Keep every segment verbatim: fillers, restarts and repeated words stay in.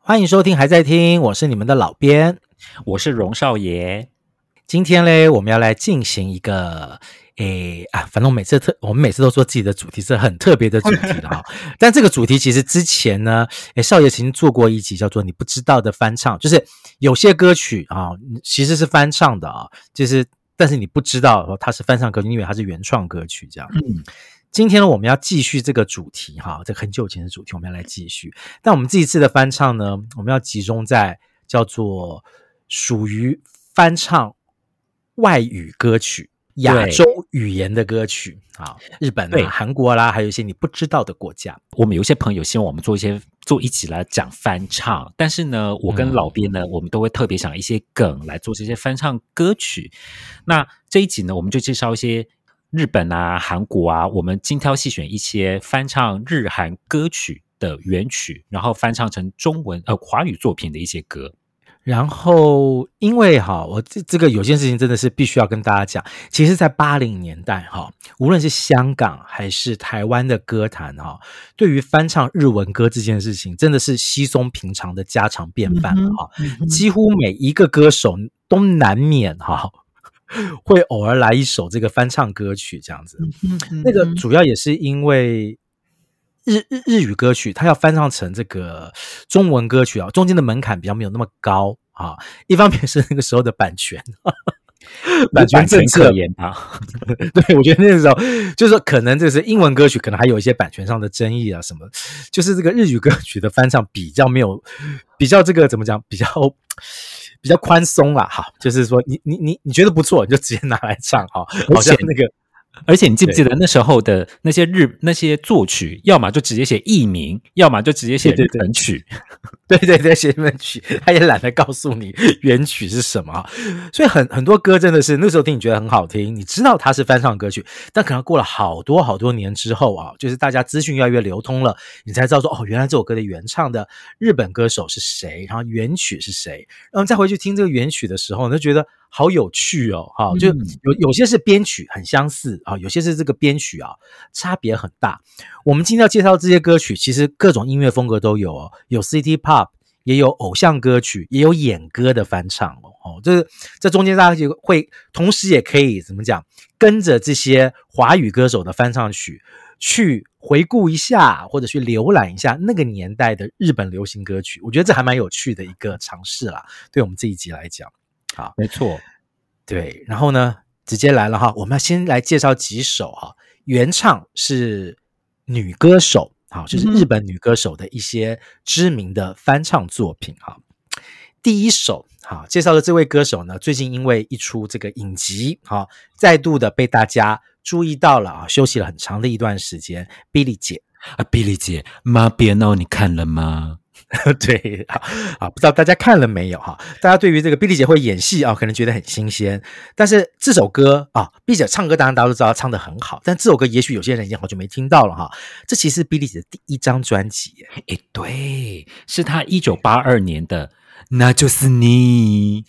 欢迎收听还在听，我是你们的老编， 我是荣少爷。 今天嘞，我们要来进行一个诶啊，反正我每次特，我们每次都说自己的主题是很特别的主题了哈。但这个主题其实之前呢，诶，少爷曾经做过一集叫做"你不知道的翻唱"，就是有些歌曲啊，其实是翻唱的啊，就是但是你不知道它是翻唱歌曲，因为它是原创歌曲这样。嗯。今天呢，我们要继续这个主题哈，这很久以前的主题，我们要来继续。但我们这一次的翻唱呢，我们要集中在叫做属于翻唱外语歌曲、亚洲语言的歌曲啊，日本啊、韩国啦，还有一些你不知道的国家。 我们有些朋友希望我们做一些做一起来讲翻唱，但是呢，我跟老编呢，嗯、我们都会特别想一些梗来做这些翻唱歌曲。那这一集呢，我们就介绍一些日本啊、韩国啊，我们精挑细选一些翻唱日韩歌曲的原曲，然后翻唱成中文呃华语作品的一些歌。 然后，因为哈，我这这个有件事情真的是必须要跟大家讲，其实，在八零年代哈，无论是香港还是台湾的歌坛哈，对于翻唱日文歌这件事情，真的是稀松平常的家常便饭了哈。嗯嗯、几乎每一个歌手都难免哈。会偶尔来一首这个翻唱歌曲这样子，嗯嗯、那个主要也是因为日日日语歌曲它要翻唱成这个中文歌曲啊，中间的门槛比较没有那么高啊。一方面是那个时候的版权，版权政策可言啊。 对，我觉得那个时候就是说，可能这是英文歌曲，可能还有一些版权上的争议啊什么，就是这个日语歌曲的翻唱比较没有，比较这个怎么讲，比较。比较宽松啦，哈，就是说你你你你觉得不错，你就直接拿来唱哈，好像那个， 而且你记不记得那时候的那些日那些作曲，要么就直接写艺名，要么就直接写日本曲， 对对对，写日本曲，他也懒得告诉你原曲是什么，所以很很多歌真的是那时候听你觉得很好听，你知道它是翻唱歌曲，但可能过了好多好多年之后啊，就是大家资讯越来越流通了，你才知道说哦，原来这首歌的原唱的日本歌手是谁，然后原曲是谁，然后再回去听这个原曲的时候，你就觉得好有趣哦，哈，就有有些是编曲很相似啊，有些是这个编曲啊差别很大。我们今天要介绍这些歌曲，其实各种音乐风格都有哦，有 City Pop， 也有偶像歌曲，也有演歌的翻唱哦。哦，这这中间大家会同时也可以怎么讲，跟着这些华语歌手的翻唱曲去回顾一下，或者去浏览一下那个年代的日本流行歌曲。我觉得这还蛮有趣的一个尝试啦，对我们这一集来讲。好， 没错， 对，然后呢，直接来了哈，我们要先来介绍几首哈，原唱是女歌手，好，就是日本女歌手的一些知名的翻唱作品哈。第一首好介绍的这位歌手呢，最近因为一出这个影集哈，再度的被大家注意到了啊，休息了很长的一段时间。Billie姐啊 ，Billie姐，妈别闹，你看了吗？ 对啊，不知道大家看了没有哈？大家对于这个 Billie姐会演戏啊，可能觉得很新鲜。但是这首歌啊 ，Billie姐唱歌当然大家都知道，唱得很好。但这首歌也许有些人已经好久没听到了哈。这其实是 Billie姐的第一张专辑， 哎，对，是她一九八二年的《那就是你》。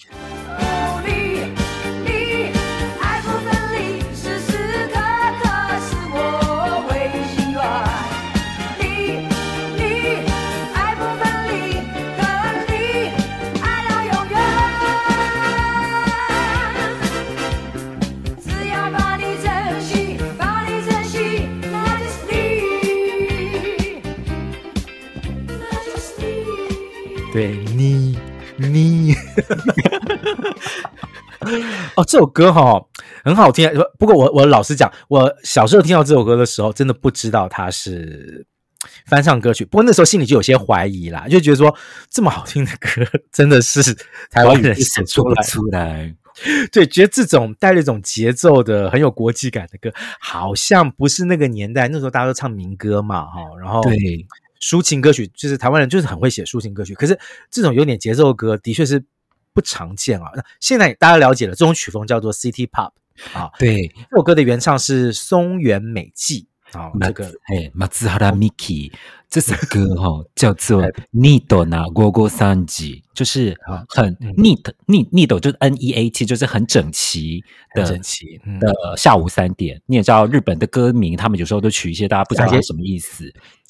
对你你哦，这首歌哈、哦、很好听。不过我我老实讲，我小时候听到这首歌的时候，真的不知道它是翻唱歌曲。不过那时候心里就有些怀疑啦，就觉得说这么好听的歌，真的是台湾人写出来。 出来对，觉得这种带了一种节奏的、很有国际感的歌，好像不是那个年代。那时候大家都唱民歌嘛，哈，然后对。 抒情歌曲就是台湾人就是很会写抒情歌曲，可是这种有点节奏的歌的确是不常见啊。现在大家了解了，这种曲风叫做 City Pop 啊。 对， 这首歌的原唱是松原美纪啊，这个哎，松原美纪这首歌哈、哦、叫做 Nido na Gogo Sanji， 就是很 neat neat neat 就是 N E A T， 就是很整齐的整齐、嗯、 的下午三点。你也知道日本的歌名，他们有时候都取一些大家不知道是什么意思。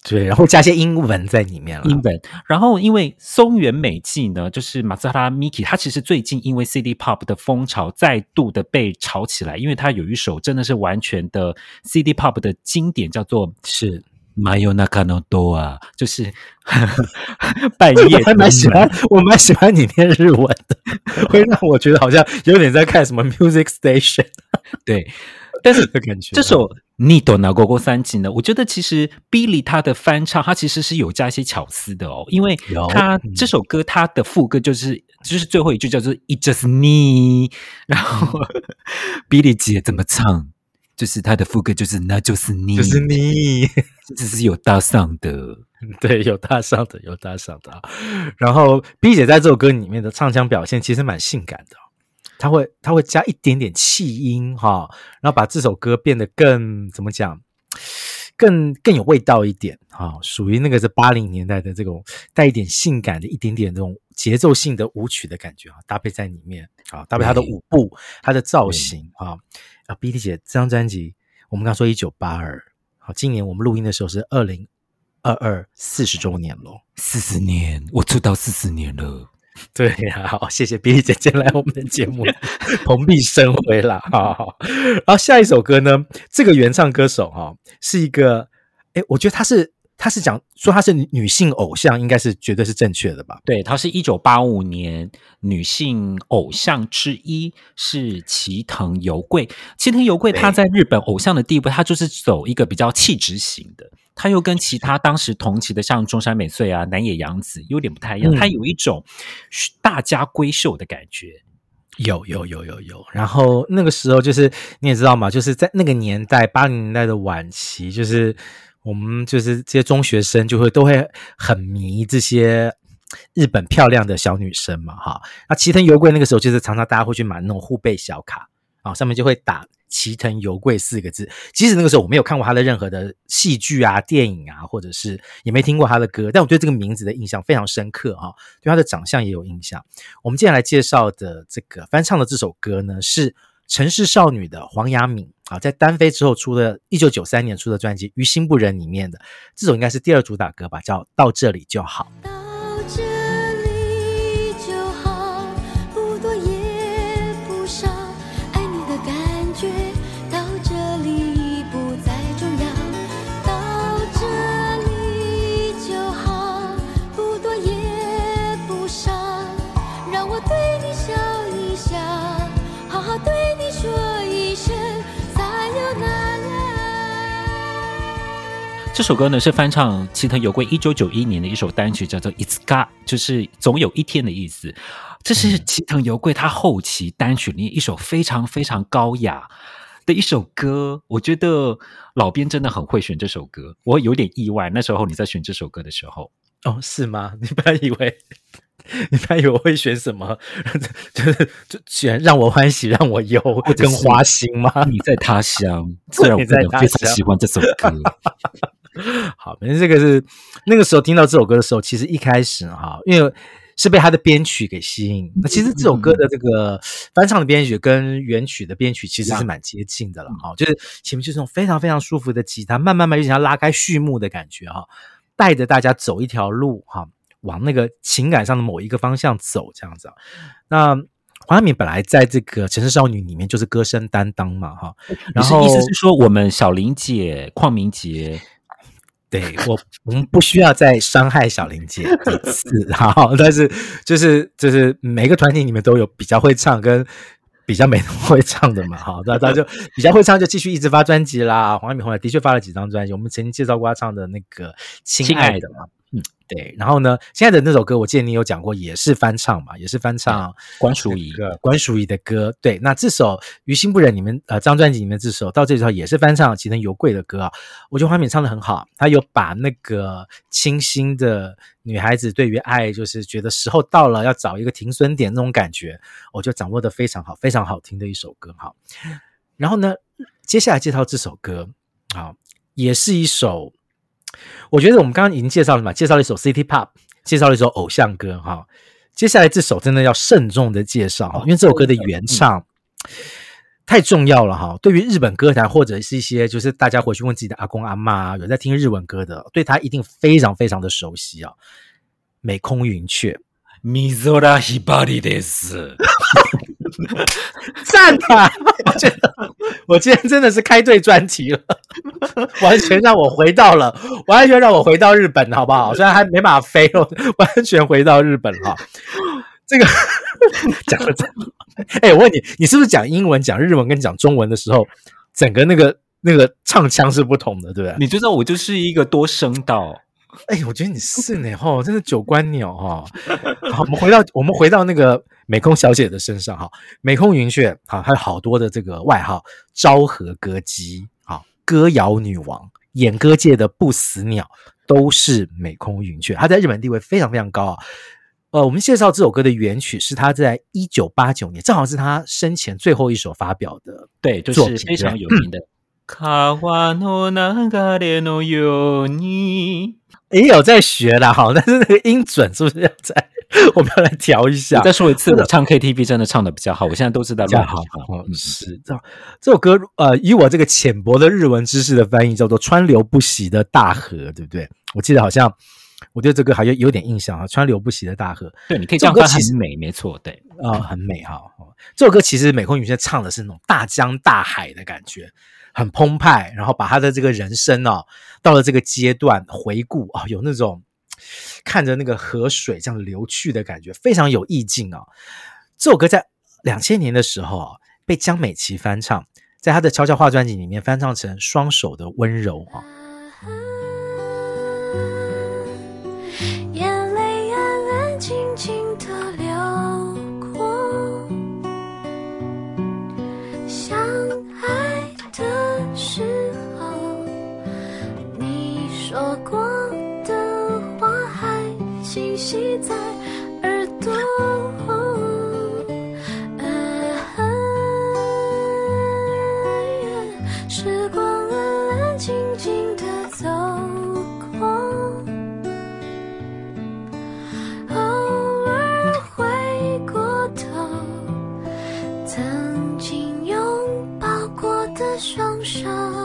对，然后加些英文在里面了。 英文，然后因为松原美纪呢，就是马自哈拉 Miki， 她其实最近因为 City Pop 的风潮再度的被炒起来，因为她有一首真的是完全的 City Pop 的经典，叫做是 Mayonaka no Doa， 就是半夜。 我还蛮喜欢，我蛮喜欢你念日文的，会让我觉得好像有点在看什么 Music Station。 对，但是的感觉这首Nido na Gogo 三集呢，我觉得其实 Billy 他的翻唱，他其实是有加一些巧思的哦，因为他这首歌他的副歌就是就是最后一句叫做 It just me， 然后 Billy 姐怎么唱，就是他的副歌就是那就是你， 就是你， 这是有搭上的。 对，有搭上的，有搭上的。然后 B 姐在这首歌里面的唱腔表现其实蛮性感的，她会她会加一点点气音哈，然后把这首歌变得更怎么讲，更更有味道一点哈，属于那个是八零年代的这种带一点性感的一点点这种节奏性的舞曲的感觉啊，搭配在里面啊，搭配她的舞步、她的造型啊。啊 ，B 姐这张专辑，我们刚说一九八二，好，今年我们录音的时候是二零二二，四十周年咯， 四十年，我出道四十年了。 对呀、啊，好，谢谢 B 姐姐来我们的节目，蓬荜生辉啦。好，然后下一首歌呢，这个原唱歌手哈、哦、是一个，哎，我觉得他是他是讲说他是女性偶像，应该是绝对是正确的吧？ 对，他是一九八五年女性偶像之一，是齐藤由贵。齐藤由贵他在日本偶像的地位，他就是走一个比较气质型的。他又跟其他当时同期的像中山美穗啊、南野洋子有点不太一样，他、嗯、有一种大家闺秀的感觉。 有有有有有，然后那个时候就是你也知道嘛，就是在那个年代八零年代的晚期，就是我们就是这些中学生就会都会很迷这些日本漂亮的小女生嘛哈。那齐藤由贵那个时候就是常常大家会去买那种护贝小卡啊，上面就会打齐藤由贵四个字，即使那个时候我没有看过他的任何的戏剧啊、电影啊，或者是也没听过他的歌，但我对这个名字的印象非常深刻啊，对他的长相也有印象。我们接下来介绍的这个翻唱的这首歌呢，是城市少女的黄雅敏啊，在单飞之后出的一九九三年出的专辑《于心不忍》里面的这首应该是第二主打歌吧，叫《到这里就好》。 这首歌呢是翻唱齐藤由贵一九九一年的一首单曲，叫做 It's Got， 就是总有一天的意思。这是齐藤由贵他后期单曲里一首非常非常高雅的一首歌，我觉得老编真的很会选这首歌，我有点意外那时候你在选这首歌的时候。 哦，是吗？你不然以为你不然以为我会选什么？就是就选让我欢喜让我忧跟花心吗？ 你在他乡，虽然我真的非常喜欢这首歌。 好，反正这个是那个时候听到这首歌的时候，其实一开始哈，因为是被他的编曲给吸引。那其实这首歌的这个翻唱的编曲跟原曲的编曲其实是蛮接近的了哈，就是前面就是那种非常非常舒服的吉他，慢慢慢就想要拉开序幕的感觉哈，带着大家走一条路哈，往那个情感上的某一个方向走这样子。那黄雅敏本来在这个城市少女里面就是歌声担当嘛哈，然后意思是说我们小玲姐、邝明杰。 对，我我们不需要再伤害小玲姐一次，好，但是就是就是每个团体里面都有比较会唱跟比较没那么会唱的嘛，好，那他就比较会唱就继续一直发专辑啦。黄雅敏后来的确发了几张专辑，我们曾经介绍过他唱的那个《亲爱的》嘛，嗯，对。然后呢，现在的那首歌我记得你有讲过，也是翻唱嘛，也是翻唱关淑怡关淑怡的歌。对，那这首《于心不忍》里面呃，这张专辑里面这首到这里头也是翻唱齐藤由贵的歌啊。我觉得黄雅敏唱得很好，她有把那个清新的女孩子对于爱就是觉得时候到了要找一个停损点那种感觉，我就掌握得非常好，非常好听的一首歌。好，然后呢，接下来介绍这首歌，好，也是一首。我觉得我们刚刚已经介绍了嘛，介绍了一首 City Pop， 介绍了一首偶像歌哈。接下来这首真的要慎重的介绍，因为这首歌的原唱， 太重要了哈！对于日本歌坛或者是一些就是大家回去问自己的阿公阿嬷啊，有在听日文歌的，对他一定非常非常的熟悉啊。美空云雀， 米佐拉希巴里です。 赞啊！我觉得我今天真的是开对专题了，完全让我回到了，完全让我回到日本，好不好？虽然还没办法飞了，完全回到日本了。这个讲的真，哎、欸，我问你，你是不是讲英文、讲日文跟讲中文的时候，整个那个那个唱腔是不同的，对不对？ 你就知道我就是一个多声道。 哎、欸，我觉得你是呢，吼，真的九官鸟哈。好，我们回到我们回到那个美空小姐的身上哈，美空云雀哈，还有好多的这个外号，昭和歌姬，好，歌谣女王，演歌界的不死鸟，都是美空云雀，她在日本地位非常非常高啊。呃，我们介绍这首歌的原曲是他在一九八九年，正好是他生前最后一首发表的， 对，就是非常有名的。川の流れのように， 也有在学啦，好，但是那个音准是不是要在？我们要来调一下。 我再说一次，我唱 K T V 真的唱的比较好，我现在都是在乱唱。 嗯，是这样。这首歌，呃，以我这个浅薄的日文知识的翻译，叫做“川流不息的大河”，对不对？我记得好像。我对这个好像有点印象啊，川流不息的大河。 对，你可以这样翻，很美，没错，对， 啊、呃，很美哈。这首歌其实美空云雀唱的是那种大江大海的感觉，很澎湃，然后把他的这个人生哦，到了这个阶段回顾啊、哦，有那种看着那个河水这样流去的感觉，非常有意境啊、哦。这首歌在两千年的时候啊，被江美琪翻唱，在他的悄悄话专辑里面翻唱成《双手的温柔》啊。 说过的话还清晰在耳朵，时光安安静静地走过，偶尔回过头，曾经拥抱过的双手，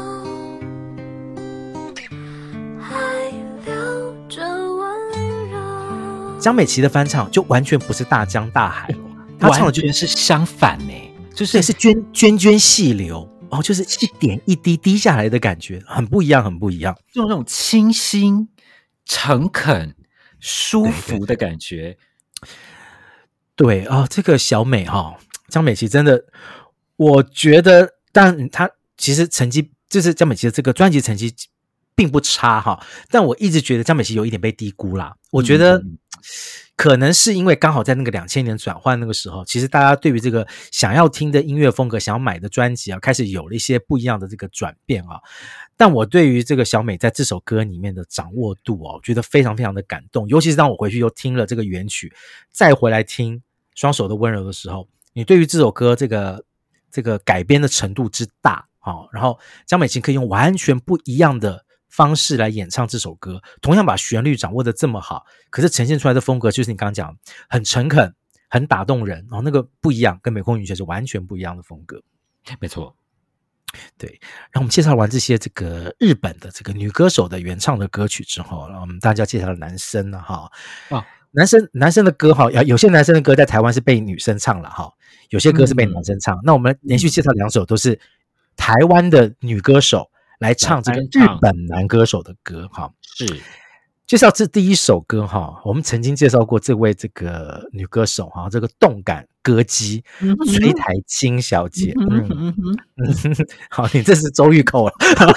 江美琪的翻唱就完全不是大江大海了，她唱的就是相反呢、欸，就是是涓涓涓细流哦，就是一点一滴滴下来的感觉，很不一样，很不一样， 就那种清新、诚恳、舒服的感觉。 对啊、哦，这个小美哈、哦，江美琪真的，我觉得，但她其实成绩就是江美琪的这个专辑成绩并不差哈，但我一直觉得江美琪有一点被低估啦，我觉得。嗯可能是因为刚好在那个两千年转换那个时候，其实大家对于这个想要听的音乐风格、想要买的专辑啊，开始有了一些不一样的这个转变啊。但我对于这个小美在这首歌里面的掌握度哦，我觉得非常非常的感动。尤其是当我回去又听了这个原曲，再回来听《双手的温柔》的时候，你对于这首歌这个这个改编的程度之大啊，然后江美琪可以用完全不一样的方式来演唱这首歌，同样把旋律掌握的这么好，可是呈现出来的风格就是你刚刚讲很诚恳、很打动人，然后那个不一样，跟美空云雀是完全不一样的风格。 没错， 对。然后我们介绍完这些这个日本的这个女歌手的原唱的歌曲之后，然后我们大家介绍了男生了哈。哦，男生男生的歌哈，有些男生的歌在台湾是被女生唱了哈，有些歌是被男生唱。嗯、那我们连续介绍两首都是台湾的女歌手。来唱这个日本男歌手的歌哈， 是介绍这第一首歌哈。我们曾经介绍过这位这个女歌手哈，这个动感歌姬崔台青小姐。嗯嗯嗯，好，你这是周玉蔻了。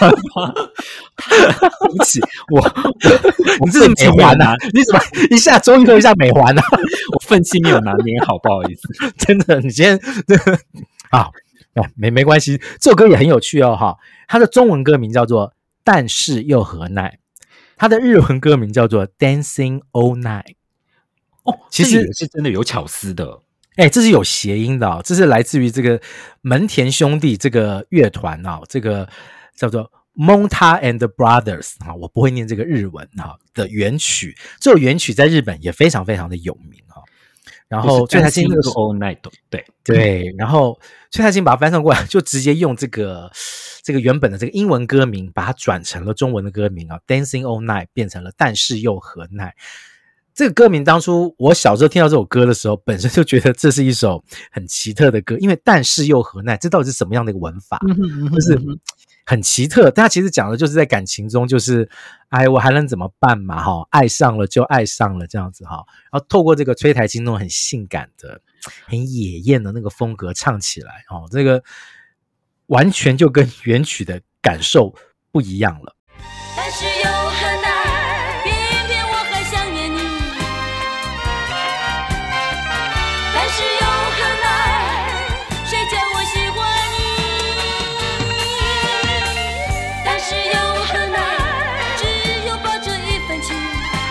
对不起，我你这是美环啊？你怎么一下周玉蔻一下美环啊？ 我愤气没有拿捏好，不好意思。 真的，你今天好。没没关系，这首歌也很有趣哦哈。它的中文歌名叫做《但是又何奈》，它的日文歌名叫做《Dancing All Night》。 哦，其实也是真的有巧思的。 哎，这是有谐音的哦，这是来自于这个门田兄弟这个乐团啊，这个叫做 Monta and Brothers 啊，我不会念这个日文啊的原曲。这首原曲在日本也非常非常的有名啊。 然后崔台青那个 All Night， 对对，然后崔台青把它翻唱过来，就直接用这个这个原本的这个英文歌名，把它转成了中文的歌名啊 ，Dancing All Night 变成了但是又何奈。这个歌名当初我小时候听到这首歌的时候，本身就觉得这是一首很奇特的歌，因为但是又何奈，这到底是什么样的一个文法？就是很奇特，但它其实讲的就是在感情中，就是哎，我还能怎么办嘛？哈，爱上了就爱上了这样子哈。然后透过这个崔台青那种很性感的、很野艳的那个风格唱起来，哦，这个完全就跟原曲的感受不一样了。 但是又很难，偏偏我还想念你。但是又很难，谁叫我喜欢你？但是又很难，只有抱着一份情，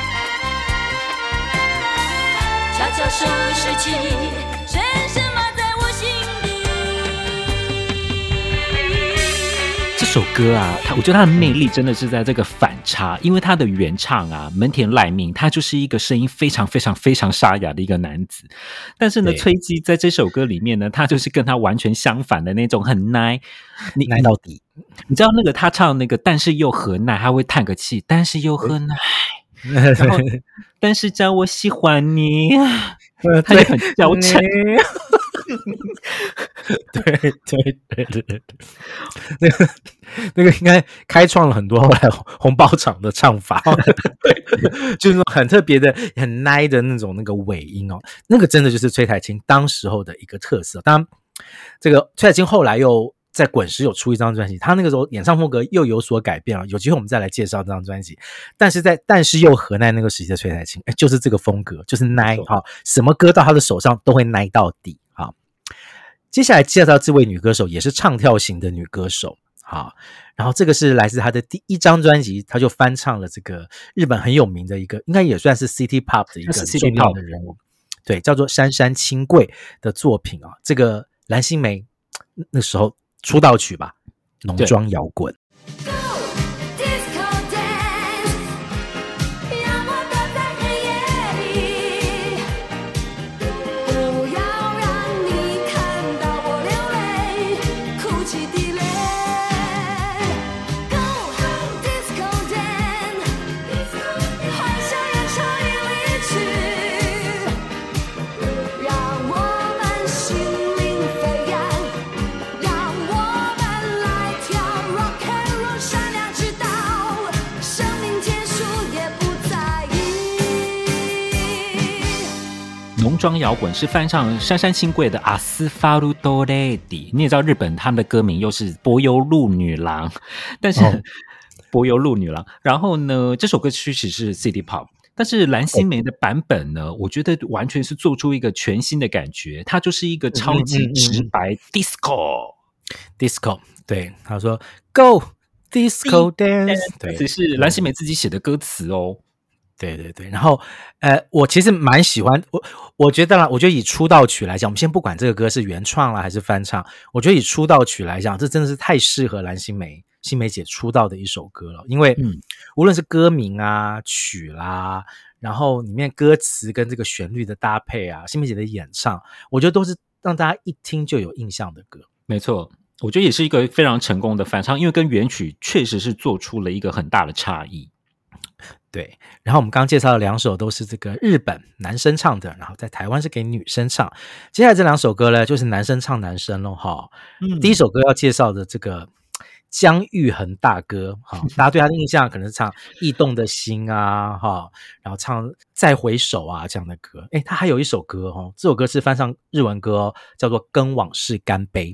悄悄收拾起，深深埋在我心底。 这首歌啊，它我觉得它的魅力真的是在这个反差，因为它的原唱啊，门田赖命，他就是一个声音非常非常非常沙哑的一个男子，但是呢，崔姬在这首歌里面呢，他就是跟他完全相反的那种很奶，你奶到底。 你知道那个他唱那个，但是又何奈，他会叹个气，但是又何奈，然后但是叫我喜欢你，他也很娇嗔。 对对对对对，那个那个应该开创了很多后来红包场的唱法，就是那种很特别的、很奶的那种那个尾音哦，那个真的就是崔台青当时候的一个特色。当然，这个崔台青后来又在滚石有出一张专辑，他那个时候演唱风格又有所改变了，有机会我们再来介绍这张专辑。但是在但是又何奈那个时期的崔台青，哎，就是这个风格，就是奶哈，什么歌到他的手上都会奶到底哈。接下来介绍这位女歌手也是唱跳型的女歌手，好，然后这个是来自她的第一张专辑，她就翻唱了这个日本很有名的一个，应该也算是 City Pop 的一个很重要的人物，对，叫做杉山清贵的作品啊。这个蓝心湄那时候出道曲吧，浓妆摇滚。 浓妆摇滚是翻唱杉山清贵的阿斯法鲁多雷迪，你也知道日本他们的歌名又是柏油路女郎，但是、哦、柏油路女郎，然后呢，这首歌曲其实是 City Pop， 但是蓝心湄的版本呢，我觉得完全是做出一个全新的感觉，它就是一个超级直白、嗯嗯嗯、disco disco， 对，他说 Go disco dance， 对， 这是蓝心湄自己写的歌词哦。 对对对，然后呃，我其实蛮喜欢我，我觉得啦，我觉得以出道曲来讲，我们先不管这个歌是原创啦还是翻唱，我觉得以出道曲来讲，这真的是太适合蓝心湄心湄姐出道的一首歌了，因为、嗯、无论是歌名啊、曲啦，然后里面歌词跟这个旋律的搭配啊，心湄姐的演唱，我觉得都是让大家一听就有印象的歌。 没错，我觉得也是一个非常成功的翻唱，因为跟原曲确实是做出了一个很大的差异。 对，然后我们刚刚介绍的两首都是这个日本男生唱的，然后在台湾是给女生唱。接下来这两首歌呢，就是男生唱男生咯哈、嗯。第一首歌要介绍的这个姜育恒大哥哈，大家对他的印象可能是唱《驿动的心》啊哈，然后唱《再回首》啊这样的歌。诶，他还有一首歌哈，这首歌是翻唱日文歌哦，叫做《跟往事干杯》。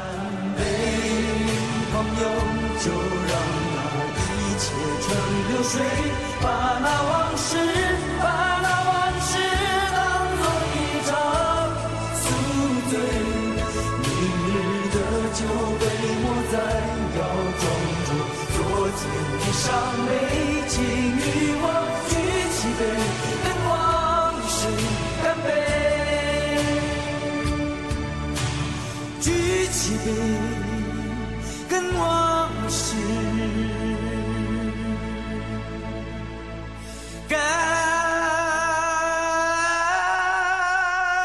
水，把那往事，把那往事当作一场宿醉。明日的酒杯抹在窑中中，昨天的伤悲，请与我举起杯，跟往事干杯。举起杯，跟往事。干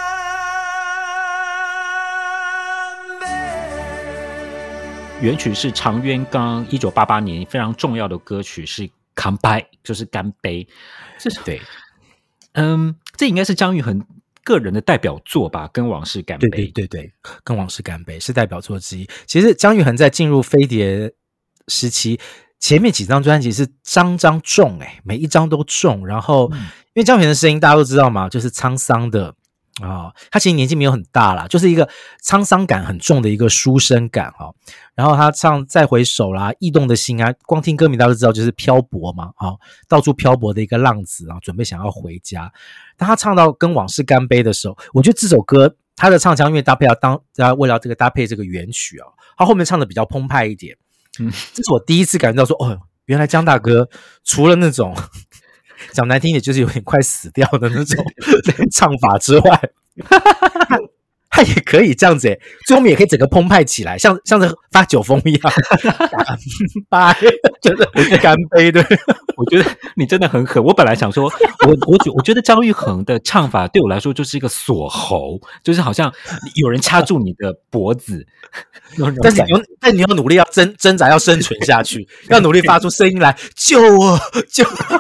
原曲是长渊刚一九八八年非常重要的歌曲是乾杯，就是干杯。这是对， 嗯，这应该是姜育恒个人的代表作吧，跟往事干杯。 对对对对，跟往事干杯是代表作之一。其实姜育恒在进入飞碟时期，前面几张专辑是张张重哎、欸，每一张都重。然后，嗯、因为姜育恒的声音大家都知道嘛，就是沧桑的啊、哦，他其实年纪没有很大啦，就是一个沧桑感很重的一个书生感哈、哦。然后他唱《再回首》啦，《异动的心》啊，光听歌名大家都知道就是漂泊嘛，啊、哦，到处漂泊的一个浪子啊，准备想要回家。当他唱到跟往事干杯的时候，我觉得这首歌他的唱腔因为搭配要当为了这个搭配这个原曲啊，他后面唱的比较澎湃一点。嗯，这是我第一次感觉到说，哦，原来姜大哥除了那种讲难听一点就是有点快死掉的那种唱法之外，他也可以这样子诶，最后面也可以整个澎湃起来，像像是发酒疯一样，干杯，真的干杯，对。 我觉得你真的很狠。我本来想说，我我觉我觉得姜育恒的唱法对我来说就是一个锁喉，就是好像有人掐住你的脖子， 但是你要但你要努力要挣挣扎，要生存下去，要努力发出声音来，救我，救我！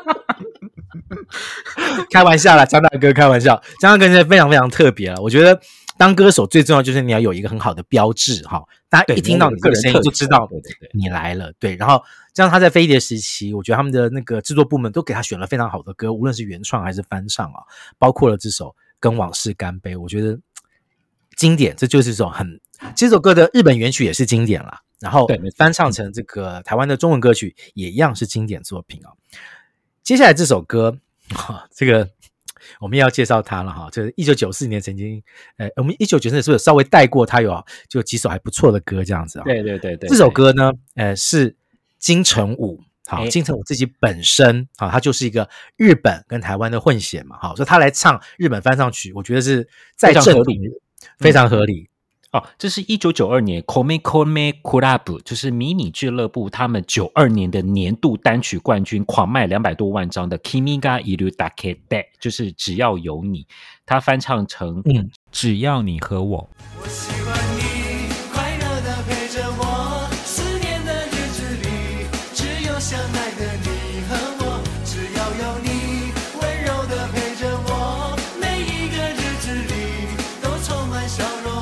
开玩笑啦，姜大哥开玩笑，姜大哥现在非常非常特别了。我觉得当歌手最重要就是你要有一个很好的标志哈，大家一听到你的声音就知道你来了，对。然后这样他在飞碟时期，我觉得他们的那个制作部门都给他选了非常好的歌，无论是原创还是翻唱啊，包括了这首《跟往事干杯》，我觉得经典，这就是一种很这首歌的日本原曲也是经典啦，然后翻唱成这个台湾的中文歌曲也一样是经典作品啊。接下来这首歌，哦、这个我们也要介绍它了哈，就是一九九四年曾经，呃，我们一九九四年是不是稍微带过它有就几首还不错的歌这样子啊？ 对对对 对, 对。 这首歌呢，呃，是金城武，好，金城武自己本身啊，他就是一个日本跟台湾的混血嘛，好，所以他来唱日本翻唱曲，我觉得是再正合理，非常合理。 哦，这是一九九二年 Kome Kome Club， 就是迷你俱乐部他们九二年的年度单曲冠军，狂卖两百多万张的 Kimi ga iru dake de， 就是只要有你，他翻唱成嗯，只要你和我。 我喜欢你快乐的陪着我，思念的日子里只有相爱的你和我，只要有你温柔的陪着我，每一个日子里都充满笑容，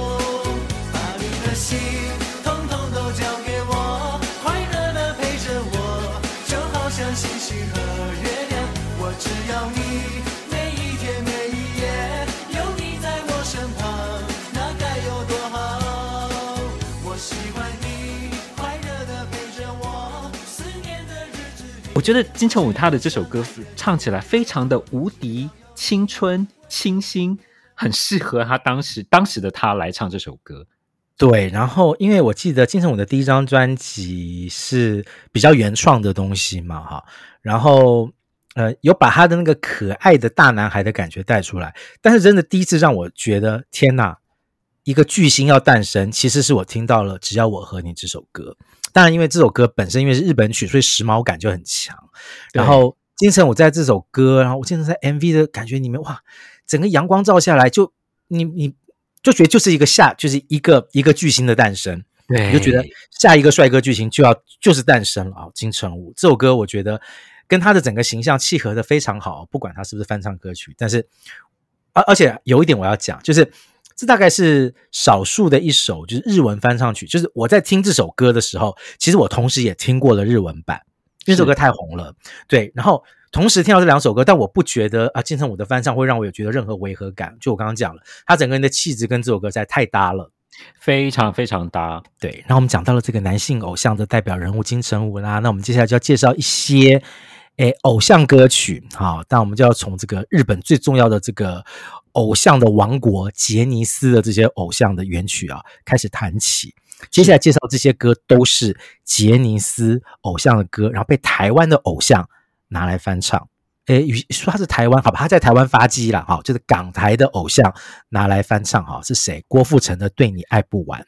心统统都交给我，快乐的陪着我，就好像星星和月亮，我只要你，每一天每一夜有你在我身旁，那该有多好。我喜欢你快乐的陪着我，思念的日子里。 我觉得金城武他的这首歌唱起来非常的无敌青春清新，很适合他当时当时的他来唱这首歌。 对，然后因为我记得金城武的第一张专辑是比较原创的东西嘛，哈，然后呃有把他的那个可爱的大男孩的感觉带出来，但是真的第一次让我觉得天哪，一个巨星要诞生，其实是我听到了《只要我和你》这首歌。当然因为这首歌本身因为是日本曲，所以时髦感就很强，然后金城武在这首歌，然后我记得在 M V 的感觉里面，哇，整个阳光照下来，就你你就觉得就是一个下就是一个一个巨星的诞生，对，你就觉得下一个帅哥巨星就要就是诞生了啊！金城武这首歌，我觉得跟他的整个形象契合的非常好，不管他是不是翻唱歌曲，但是而而且有一点我要讲，就是这大概是少数的一首就是日文翻唱曲，就是我在听这首歌的时候，其实我同时也听过了日文版，因为这首歌太红了，对，然后同时听到这两首歌，但我不觉得啊，金城武的翻唱会让我有觉得任何违和感。就我刚刚讲了，他整个人的气质跟这首歌实在太搭了， 非常非常搭。 对，那我们讲到了这个男性偶像的代表人物金城武啦，那我们接下来就要介绍一些诶偶像歌曲。好，但我们就要从这个日本最重要的这个偶像的王国杰尼斯的这些偶像的原曲啊开始谈起。接下来介绍这些歌都是杰尼斯偶像的歌，然后被台湾的偶像拿来翻唱，诶，说他是台湾，好吧，他在台湾发迹啦，好，就是港台的偶像拿来翻唱，好，是谁？郭富城的《对你爱不完》。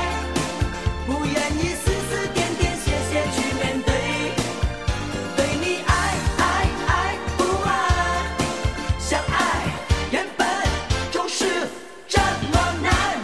不愿意丝丝点点，谢谢去面对。对你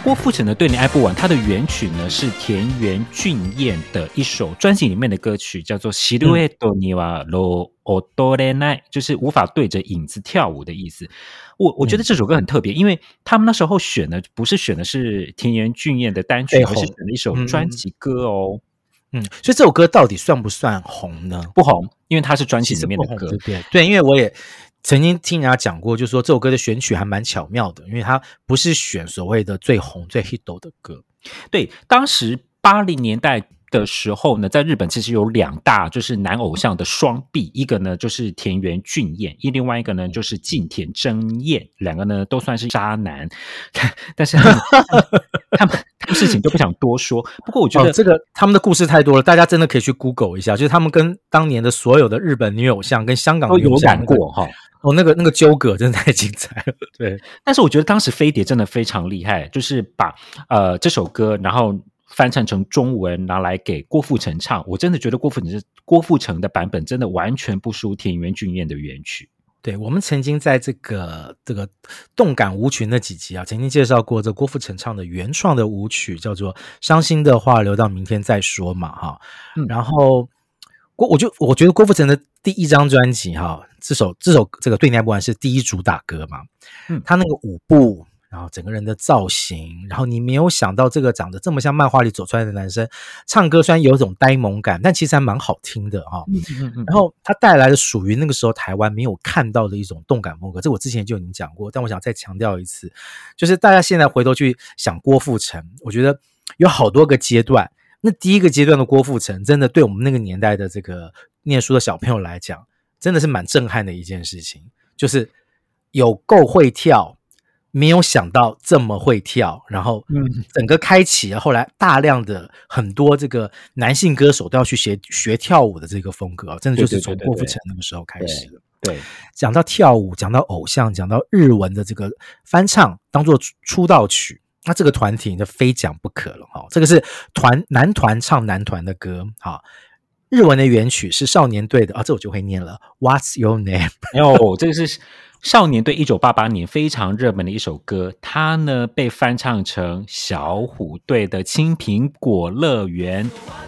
郭富城的《对你爱不完》，它的原曲呢是田园俊彦的一首专辑里面的歌曲，叫做《Silhouette ni wa lo odorenai》，就是无法对着影子跳舞的意思。我我觉得这首歌很特别，因为他们那时候选的不是选的是田园俊彦的单曲，而是选了一首专辑歌哦。 嗯，所以这首歌到底算不算红呢？ 不红，因为它是专辑里面的歌。 对对，因为我也曾经听人家讲过，就是说这首歌的选曲还蛮巧妙的，因为它不是选所谓的最红最 hit 的歌。 对，当时八零年代的时候呢，在日本其实有两大就是男偶像的双璧，一个呢就是田园俊彦，另外一个呢就是近田真彦，两个呢都算是渣男，但是他们他们他们事情就不想多说。不过我觉得、 哦、这个他们的故事太多了，大家真的可以去 Google 一下，就是他们跟当年的所有的日本女偶像跟香港女偶像都有染过哈。 哦，那个那个纠葛真的太精彩了，对。 但是我觉得当时飞碟真的非常厉害，就是把呃这首歌然后翻唱成中文拿来给郭富城唱，我真的觉得郭富城郭富城的版本真的完全不输田园俊彦的原曲。 对，我们曾经在这个这个动感舞曲那几集啊，曾经介绍过这郭富城唱的原创的舞曲，叫做《伤心的话留到明天再说》嘛，哈、嗯。然后郭，我就我觉得郭富城的第一张专辑哈，这首这首这个《对你爱不完》是第一主打歌嘛，嗯，他那个舞步。然后整个人的造型，然后你没有想到这个长得这么像漫画里走出来的男生，唱歌虽然有一种呆萌感，但其实还蛮好听的哈、哦。嗯嗯嗯。然后他带来了属于那个时候台湾没有看到的一种动感风格，这我之前就已经讲过，但我想再强调一次，就是大家现在回头去想郭富城，我觉得有好多个阶段。那第一个阶段的郭富城，真的对我们那个年代的这个念书的小朋友来讲，真的是蛮震撼的一件事情，就是有够会跳。没有想到这么会跳，然后整个开启了后来大量的很多这个男性歌手都要去学学跳舞的这个风格，真的就是从郭富城那个时候开始的。 对，对对讲到跳舞，讲到偶像，讲到日文的这个翻唱当做出道曲，那这个团体就非讲不可了哈。这个是团男团唱男团的歌哈。日文的原曲是少年队的啊，这我就会念了。What's your name？ 哦，这个是少年队一九八八年非常热门的一首歌，它呢被翻唱成小虎队的《青苹果乐园》。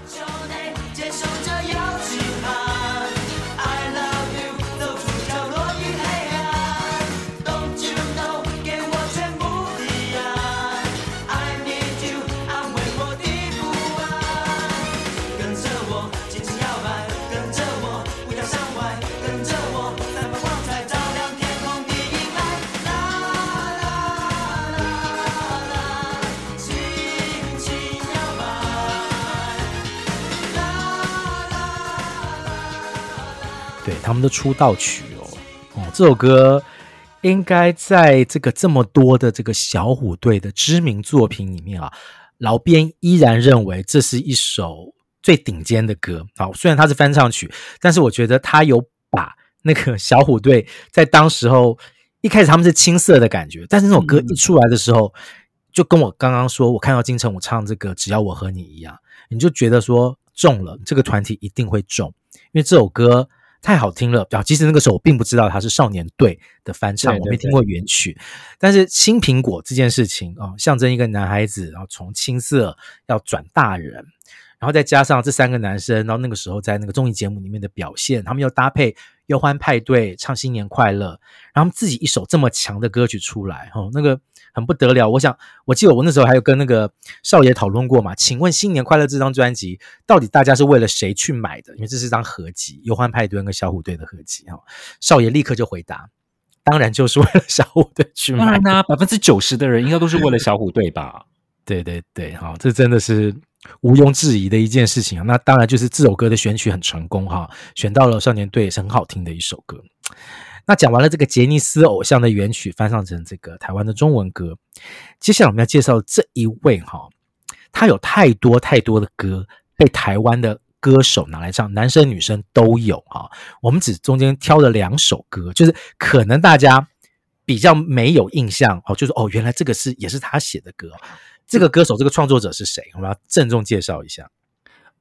对，他们的出道曲哦，哦，这首歌应该在这个这么多的这个小虎队的知名作品里面啊，老编依然认为这是一首最顶尖的歌。好，虽然它是翻唱曲，但是我觉得他有把那个小虎队在当时候一开始他们是青涩的感觉，但是那首歌一出来的时候，就跟我刚刚说，我看到金城武唱这个《只要我和你》一样，你就觉得说中了，这个团体一定会中，因为这首歌太好听了，其实那个时候我并不知道它是少年队的翻唱，我没听过原曲。但是青苹果这件事情、哦、象征一个男孩子，然后从青涩要转大人，然后再加上这三个男生，然后那个时候在那个综艺节目里面的表现，他们又搭配忧欢派对唱新年快乐，然后自己一首这么强的歌曲出来、哦、那个很不得了。我想我记得我那时候还有跟那个少爷讨论过嘛，请问新年快乐这张专辑到底大家是为了谁去买的？因为这是张合集，忧欢派对跟小虎队的合集、哦、少爷立刻就回答，当然就是为了小虎队去买的。 当然啦、啊，百分之九十的人应该都是为了小虎队吧？ 对对对，好，这真的是毋庸置疑的一件事情啊。那当然就是这首歌的选曲很成功哈，选到了少年队，也是很好听的一首歌。那讲完了这个杰尼斯偶像的原曲翻唱成这个台湾的中文歌，接下来我们要介绍这一位哈，他有太多太多的歌被台湾的歌手拿来唱，男生女生都有哈。我们只中间挑了两首歌，就是可能大家比较没有印象哦，就是哦，原来这个是也是他写的歌。这个歌手这个创作者是谁？我们要郑重介绍一下。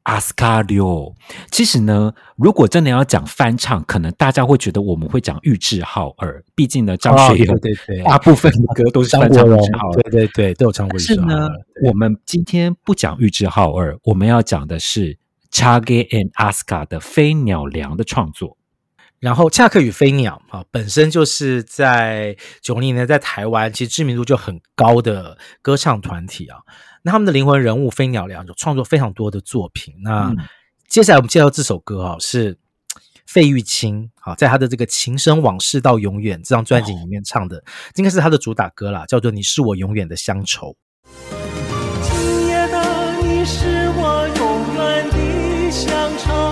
阿斯卡六。其实呢，如果真的要讲翻唱，可能大家会觉得我们会讲玉置浩二，毕竟呢，张学友、 哦、对对对， 大部分的歌都是翻唱玉置浩二， 对对对，都有唱过玉置浩二。 但是呢，我们今天不讲玉置浩二，我们要讲的是 Chage and Asuka 的飞鸟良的创作。 然后恰克与飞鸟啊，本身就是在九零年在台湾其实知名度就很高的歌唱团体啊。那他们的灵魂人物飞鸟良有创作非常多的作品。那、嗯、接下来我们介绍这首歌啊，是费玉清啊，在他的这个《情深往事到永远》这张专辑里面唱的，哦、应该是他的主打歌啦，叫做《你是我永远的乡愁》。 今夜的你是我永远的乡愁。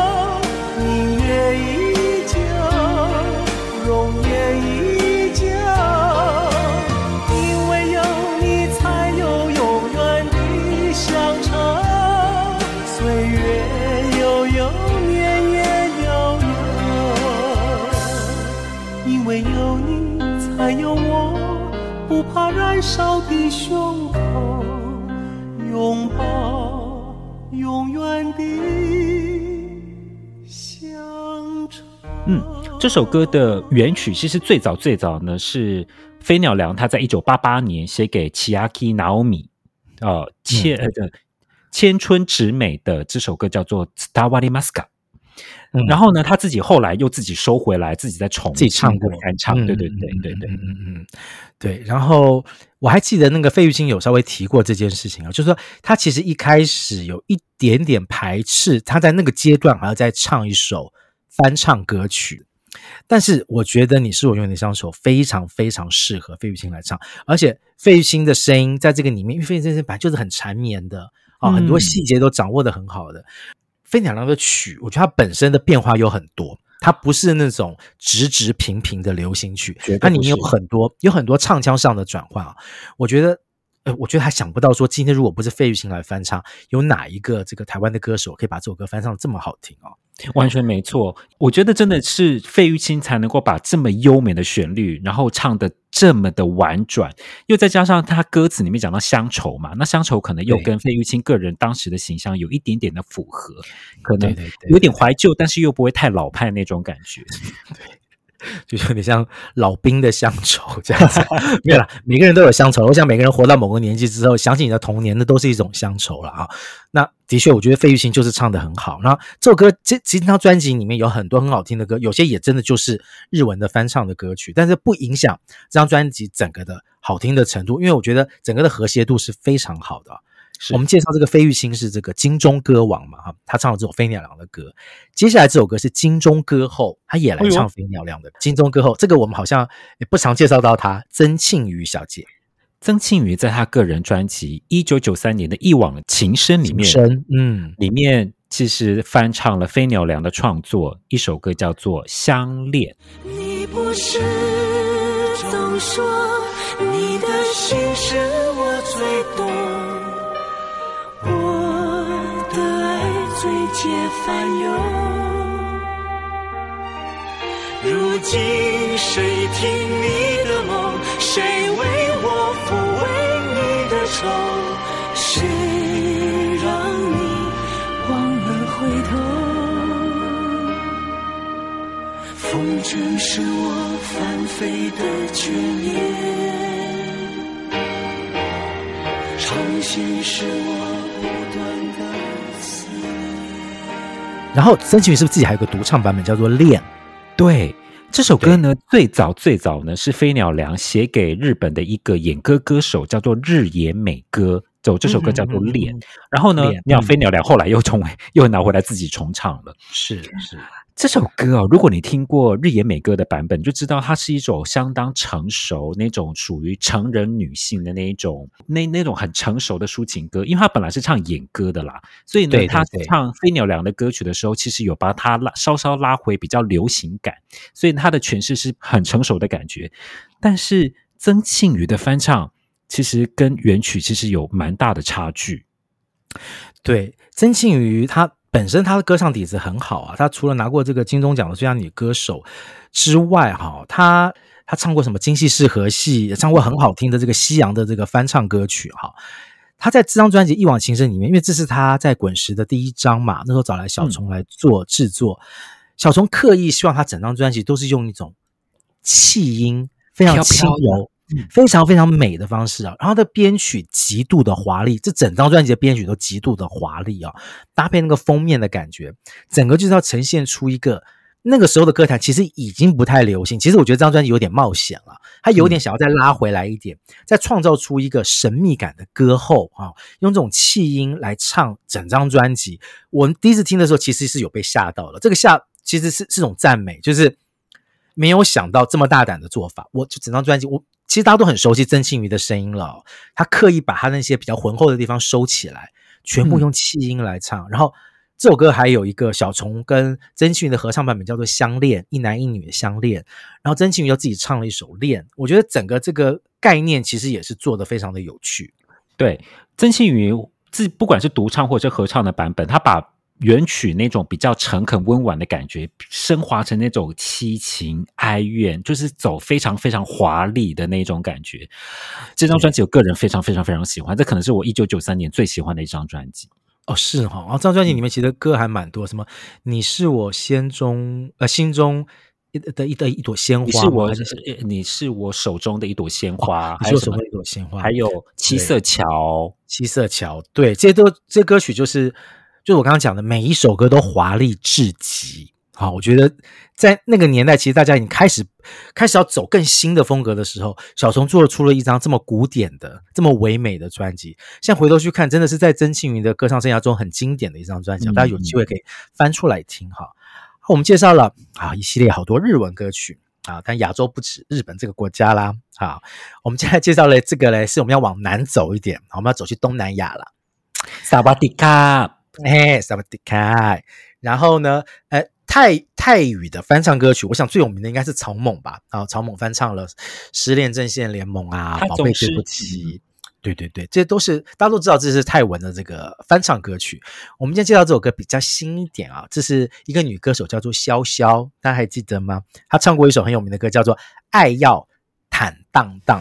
不怕燃烧的胸口，拥抱永远的乡愁。 嗯，这首歌的原曲其实最早最早呢是飞鸟良他在一九八八年写给齐亚基拿欧米，呃，千、嗯、呃千春直美的这首歌叫做《Stawari Maska》。嗯、然后呢，他自己后来又自己收回来，自己再重自己唱过翻唱，嗯、对对对对对， 嗯嗯嗯，对。然后我还记得那个费玉清有稍微提过这件事情啊，就是说他其实一开始有一点点排斥，他在那个阶段还要再唱一首翻唱歌曲，但是我觉得《你是我永远的乡愁》非常非常适合费玉清来唱，而且费玉清的声音在这个里面，因为费玉清本来就是很缠绵的啊、哦，很多细节都掌握得很好的。飞鸟良的曲，我觉得它本身的变化有很多，它不是那种直直平平的流行曲，它里面有很多有很多唱腔上的转换啊。我觉得，呃，我觉得还想不到说，今天如果不是费玉清来翻唱，有哪一个这个台湾的歌手可以把这首歌翻唱得这么好听哦？ 完全没错，我觉得真的是费玉清才能够把这么优美的旋律，然后唱得这么的婉转，又再加上他歌词里面讲到乡愁嘛，那乡愁可能又跟费玉清个人当时的形象有一点点的符合，可能有点怀旧，但是又不会太老派那种感觉。 对。就有点像老兵的乡愁这样子，没有啦，每个人都有乡愁。我想每个人活到某个年纪之后，想起你的童年，那都是一种乡愁了啊。那的确，我觉得费玉清就是唱得很好。然后这首歌，这其实这张专辑里面有很多很好听的歌，有些也真的就是日文的翻唱的歌曲，但是不影响这张专辑整个的好听的程度，因为我觉得整个的和谐度是非常好的。我们介绍这个费玉清是这个金钟歌王嘛，他唱了这首飞鸟良的歌。接下来这首歌是金钟歌后，他也来唱飞鸟良的、哎、金钟歌后，这个我们好像也不常介绍到他，曾庆瑜小姐。 曾庆瑜在他个人专辑一九九三年的《一往情深》里面， 嗯， 里面其实翻唱了飞鸟良的创作，一首歌叫做《相恋》。 你不是总说你的心是我最懂，我的爱最解翻涌，如今谁听你的梦，谁为我抚慰你的愁，谁让你忘了回头，风筝是我翻飞的眷恋，长线是我不断的思念。 然后曾庆瑜是不是自己还有个独唱版本叫做《恋》？ 对，这首歌呢，最早最早呢是飞鸟良写给日本的一个演歌歌手，叫做日野美歌。走这首歌叫做《恋》，嗯嗯嗯，然后呢，你看飞鸟良后来又重又拿回来自己重唱了。 是是， 这首歌哦，如果你听过日野美歌的版本，你就知道它是一首相当成熟那种属于成人女性的那一种那那种很成熟的抒情歌，因为它本来是唱演歌的啦，所以呢，他唱飞鸟良的歌曲的时候，其实有把它拉稍稍拉回比较流行感，所以他的诠释是很成熟的感觉。但是曾庆瑜的翻唱其实跟原曲其实有蛮大的差距。 对，曾庆瑜他本身他的歌唱底子很好啊，他除了拿过这个金钟奖的最佳女歌手之外，哈，他他唱过什么京戏式和戏，也唱过很好听的这个西洋的这个翻唱歌曲哈。 他在这张专辑《一往情深》里面，因为这是他在滚石的第一张嘛，那时候找来小虫来做制作，嗯、小虫刻意希望他整张专辑都是用一种气音非常轻柔、嗯、非常非常美的方式啊，然后他的编曲极度的华丽，这整张专辑的编曲都极度的华丽啊，搭配那个封面的感觉，整个就是要呈现出一个。那个时候的歌坛其实已经不太流行，其实我觉得这张专辑有点冒险了，他有点想要再拉回来一点，嗯、再创造出一个神秘感的歌后啊，用这种气音来唱整张专辑。我第一次听的时候其实是有被吓到了，这个吓其实是是种赞美，就是没有想到这么大胆的做法。我就整张专辑，我其实大家都很熟悉曾庆瑜的声音了、哦，他刻意把他那些比较浑厚的地方收起来，全部用气音来唱，嗯、然后。这首歌还有一个小虫跟曾庆瑜的合唱版本叫做《相恋》，一男一女的相恋，然后曾庆瑜又自己唱了一首《恋》，我觉得整个这个概念其实也是做得非常的有趣。 对，曾庆瑜自不管是独唱或者合唱的版本，他把原曲那种比较诚恳温婉的感觉升华成那种凄情哀怨，就是走非常非常华丽的那种感觉。这张专辑我个人非常非常非常喜欢，这可能是我一九九三年最喜欢的一张专辑。 哦，是哈、哦，然后这张专辑里面其实歌还蛮多，什么你是我心中呃心中的一的一朵鲜花， 你是我你是我手中的一朵鲜花， 哦、你是我手中的一朵鲜花， 还有七色桥， 七色桥，对，这些都这些歌曲就是就是我刚刚讲的，每一首歌都华丽至极。好，我觉得在那个年代，其实大家已经开始开始要走更新的风格的时候，小虫做出了一张这么古典的、这么唯美的专辑。现在回头去看，真的是在曾庆瑜的歌唱生涯中很经典的一张专辑，嗯、大家有机会可以翻出来听哈。我们介绍了啊一系列好多日文歌曲啊，但亚洲不止日本这个国家啦。好，我们接下来介绍了这个嘞，是我们要往南走一点，我们要走去东南亚了。 萨瓦迪卡， 哎，萨瓦迪卡。然后呢，呃。泰泰语的翻唱歌曲，我想最有名的应该是草蜢吧。啊，草蜢翻唱了《失恋阵线联盟》啊，《宝贝对不起》，对对对，这些都是大家都知道，这是泰文的这个翻唱歌曲。我们今天介绍这首歌比较新一点啊，这是一个女歌手叫做潇潇，大家还记得吗？她唱过一首很有名的歌，叫做《爱要坦荡荡》。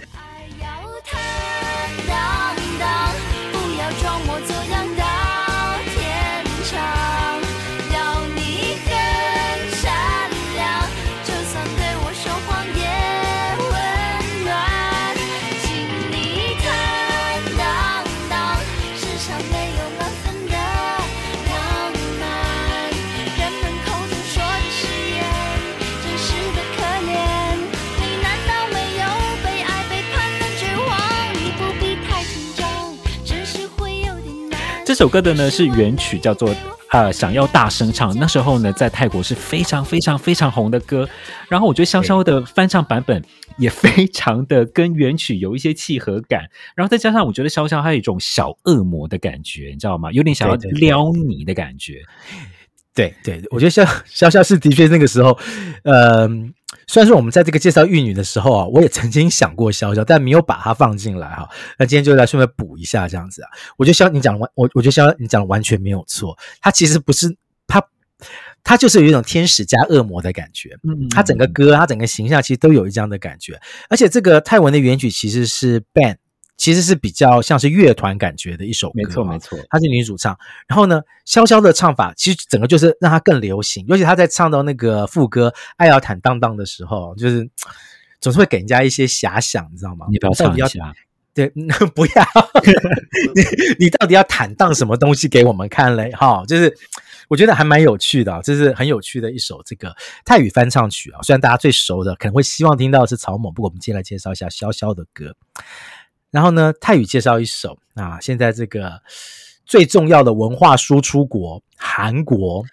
这首歌的呢是原曲叫做呃想要大声唱，那时候呢在泰国是非常非常非常红的歌，然后我觉得潇潇的翻唱版本也非常的跟原曲有一些契合感，然后再加上我觉得潇潇还有一种小恶魔的感觉，你知道吗？有点想要撩你的感觉。 对对 对, 对，我觉得潇潇潇是的确那个时候，呃，虽然说我们在这个介绍玉女的时候啊，我也曾经想过潇潇，但没有把它放进来哈。那今天就来顺便补一下这样子啊。我觉得潇你讲的完，我我觉得潇你讲的完全没有错，他其实不是他，他就是有一种天使加恶魔的感觉。嗯，他整个歌，他整个形象其实都有一这样的感觉，而且这个泰文的原曲其实是 band。其实是比较像是乐团感觉的一首歌， 没错没错， 她是女主唱。然后呢，潇潇的唱法其实整个就是让她更流行，尤其她在唱到那个副歌“爱要坦荡荡”的时候，就是总是会给人家一些遐想，你知道吗？ 你不要唱一下， 对，不要，你你到底要坦荡什么东西给我们看嘞？哈，就是我觉得还蛮有趣的，这是很有趣的一首这个泰语翻唱曲啊。虽然大家最熟的可能会希望听到的是草蜢，不过我们今天来介绍一下潇潇的歌。然后呢，泰语介绍一首啊，现在这个最重要的文化输出国韩国。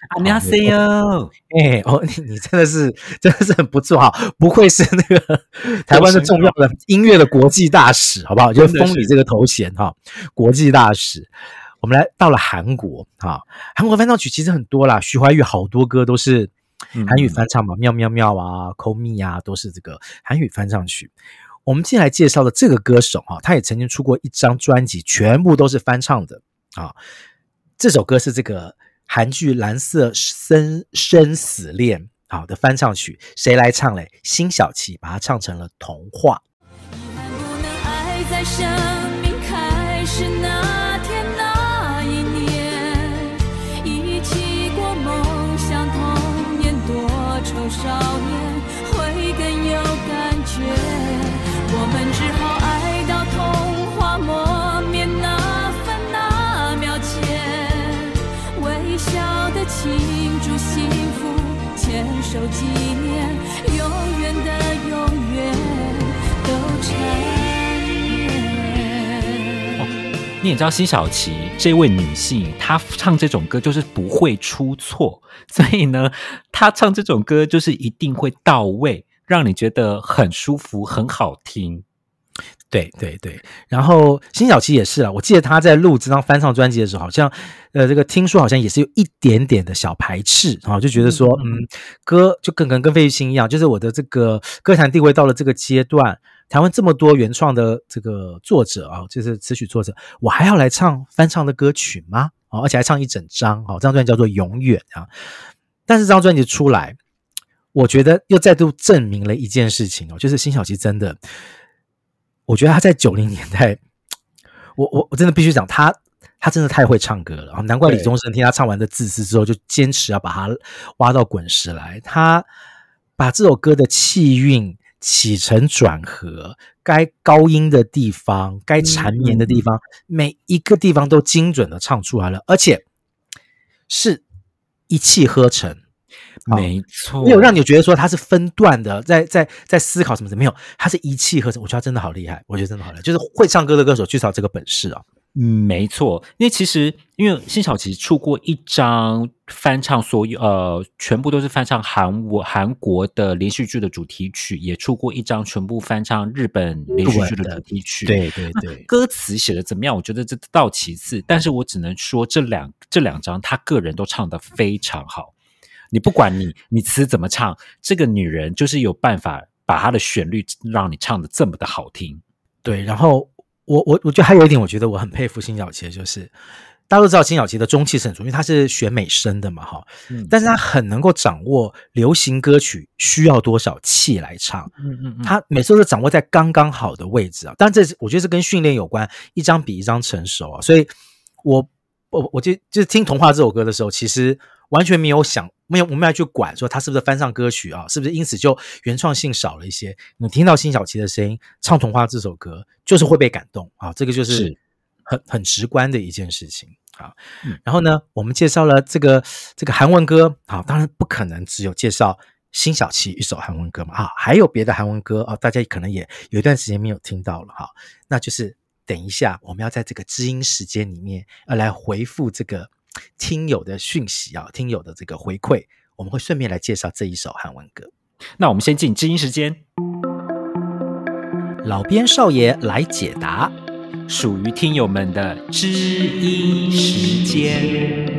안녕하세요。 哎哦，你你真的是真的是很不错哈，不愧是那个台湾的重要的音乐的国际大使，好不好？就封你这个头衔哈，国际大使。我们来到了韩国哈，韩国翻唱曲其实很多啦，徐怀钰好多歌都是韩语翻唱嘛，嗯、妙妙妙啊 ，Call Me 啊，都是这个韩语翻唱曲。我们接下来介绍的这个歌手啊，他也曾经出过一张专辑，全部都是翻唱的啊。这首歌是这个韩剧《蓝色生生死恋》好的翻唱曲，谁来唱嘞？辛晓琪把它唱成了《童话》。 不能爱在生命开始那守纪念，永远的永远都缠绵。 你也知道辛晓琪这位女性，她唱这种歌就是不会出错，所以呢，她唱这种歌就是一定会到位，让你觉得很舒服、很好听。 对对对，然后辛晓琪也是啊，我记得她在录这张翻唱专辑的时候，好像呃，这个听说好像也是有一点点的小排斥啊，就觉得说，嗯，歌就跟跟跟费玉清一样，就是我的这个歌坛地位到了这个阶段，台湾这么多原创的这个作者啊，就是词曲作者，我还要来唱翻唱的歌曲吗？啊，而且还唱一整张，啊，这张专辑叫做《永远》啊。但是这张专辑出来，我觉得又再度证明了一件事情哦，就是辛晓琪真的。我觉得他在九零年代，我我我真的必须讲，他他真的太会唱歌了，难怪李宗盛听他唱完的《自私》之后，就坚持要把他挖到滚石来。他把这首歌的气韵、起承转合、该高音的地方、该缠绵的地方，嗯、每一个地方都精准的唱出来了，而且是一气呵成。 没错， 没有让你觉得说他是分段的，在在在思考什么的，没有，他是一气呵成。我觉得他真的好厉害，我觉得真的好厉害，就是会唱歌的歌手至少这个本事啊。 嗯，没错，因为其实因为辛晓琪出过一张翻唱所有呃全部都是翻唱韩国韩国的连续剧的主题曲，也出过一张全部翻唱日本连续剧的主题曲。 对对对， 歌词写的怎么样？我觉得这到其次，但是我只能说这两这两张他个人都唱得非常好。你不管你你词怎么唱，这个女人就是有办法把她的旋律让你唱得这么的好听。 对，然后我我我觉得还有一点，我觉得我很佩服辛晓琪的，就是大家都知道辛晓琪的中气是很足，因为她是学美声的嘛，哈、嗯，但是她很能够掌握流行歌曲需要多少气来唱，嗯嗯嗯，她每次都掌握在刚刚好的位置啊。但这我觉得是跟训练有关，一张比一张成熟啊。所以我我我就就是听《童话》这首歌的时候，其实完全没有想。没有，我们要去管说他是不是翻唱歌曲啊？是不是因此就原创性少了一些？你听到辛晓琪的声音唱《童话》这首歌，就是会被感动啊！这个就是很很直观的一件事情啊。嗯、然后呢，我们介绍了这个这个韩文歌啊，当然不可能只有介绍辛晓琪一首韩文歌嘛啊，还有别的韩文歌啊，大家可能也有一段时间没有听到了哈。那就是等一下我们要在这个知音时间里面要来回复这个。听友的讯息啊，听友的这个回馈，我们会顺便来介绍这一首韩文歌。 那我们先进知音时间， 老编少爷来解答， 属于听友们的知音时间。